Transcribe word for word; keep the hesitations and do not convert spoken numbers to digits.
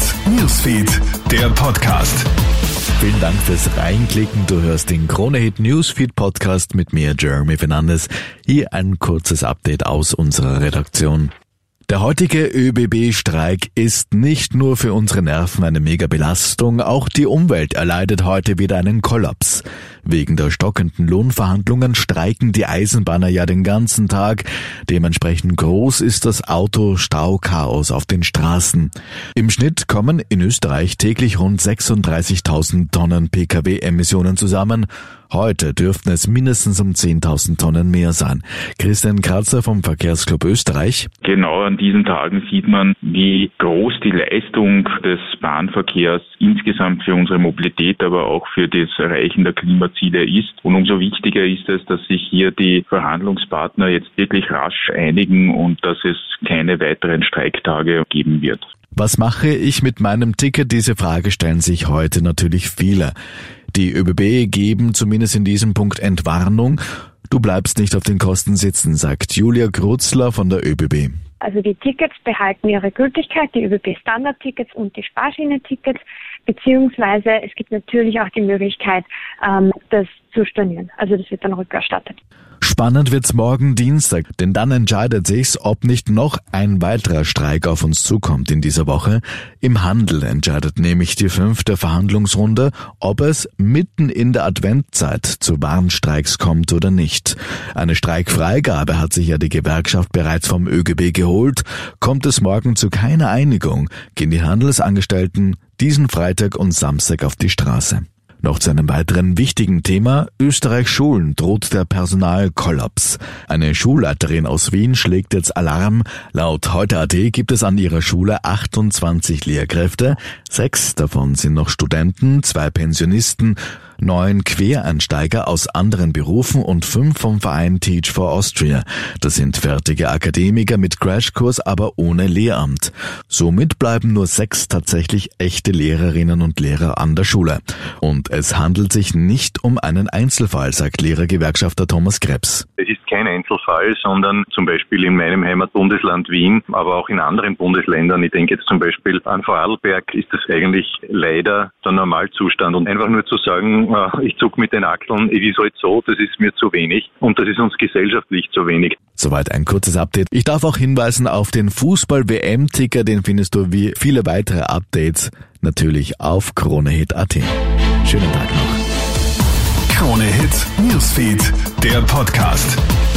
Newsfeed, der Podcast. Vielen Dank fürs Reinklicken. Du hörst den Krone-Hit Newsfeed Podcast mit mir, Jeremy Fernandes. Hier ein kurzes Update aus unserer Redaktion. Der heutige ÖBB-Streik ist nicht nur für unsere Nerven eine Mega-Belastung, auch die Umwelt erleidet heute wieder einen Kollaps. Wegen der stockenden Lohnverhandlungen streiken die Eisenbahner ja den ganzen Tag. Dementsprechend groß ist das Autostauchaos auf den Straßen. Im Schnitt kommen in Österreich täglich rund sechsunddreißigtausend Tonnen Pkw-Emissionen zusammen. Heute dürften es mindestens um zehntausend Tonnen mehr sein. Christian Kratzer vom Verkehrsclub Österreich. Genau an diesen Tagen sieht man, wie groß die Leistung des Bahnverkehrs insgesamt für unsere Mobilität, aber auch für das Erreichen der Klimaziele ist. Und umso wichtiger ist es, dass sich hier die Verhandlungspartner jetzt wirklich rasch einigen und dass es keine weiteren Streiktage geben wird. Was mache ich mit meinem Ticket? Diese Frage stellen sich heute natürlich viele. Die ÖBB geben zumindest in diesem Punkt Entwarnung. Du bleibst nicht auf den Kosten sitzen, sagt Julia Grutzler von der ÖBB. Also die Tickets behalten ihre Gültigkeit, die ÖBB-Standard-Tickets und die Sparschiene-Tickets, beziehungsweise es gibt natürlich auch die Möglichkeit, ähm, das zu stornieren. Also das wird dann rückerstattet. Spannend wird's morgen Dienstag, denn dann entscheidet sich's, ob nicht noch ein weiterer Streik auf uns zukommt in dieser Woche. Im Handel entscheidet nämlich die fünfte Verhandlungsrunde, ob es mitten in der Adventzeit zu Warnstreiks kommt oder nicht. Eine Streikfreigabe hat sich ja die Gewerkschaft bereits vom ÖGB geholt. Kommt es morgen zu keiner Einigung, gehen die Handelsangestellten diesen Freitag und Samstag auf die Straße. Noch zu einem weiteren wichtigen Thema. Österreichs Schulen droht der Personalkollaps. Eine Schulleiterin aus Wien schlägt jetzt Alarm. Laut heute Punkt a t gibt es an ihrer Schule achtundzwanzig Lehrkräfte. Sechs davon sind noch Studenten, zwei Pensionisten, neun Quereinsteiger aus anderen Berufen und fünf vom Verein Teach for Austria. Das sind fertige Akademiker mit Crashkurs, aber ohne Lehramt. Somit bleiben nur sechs tatsächlich echte Lehrerinnen und Lehrer an der Schule. Und es handelt sich nicht um einen Einzelfall, sagt Lehrergewerkschafter Thomas Krebs. Es ist kein Einzelfall, sondern zum Beispiel in meinem Heimatbundesland Wien, aber auch in anderen Bundesländern. Ich denke jetzt zum Beispiel an Vorarlberg, ist das eigentlich leider der Normalzustand. Und einfach nur zu sagen, ich zuck mit den Achseln, es ist halt so, das ist mir zu wenig und das ist uns gesellschaftlich zu wenig. Soweit ein kurzes Update. Ich darf auch hinweisen auf den Fußball-W M-Ticker, den findest du wie viele weitere Updates natürlich auf Krone-Hit Punkt a t. Schönen Tag noch. Krone-Hit Newsfeed, der Podcast.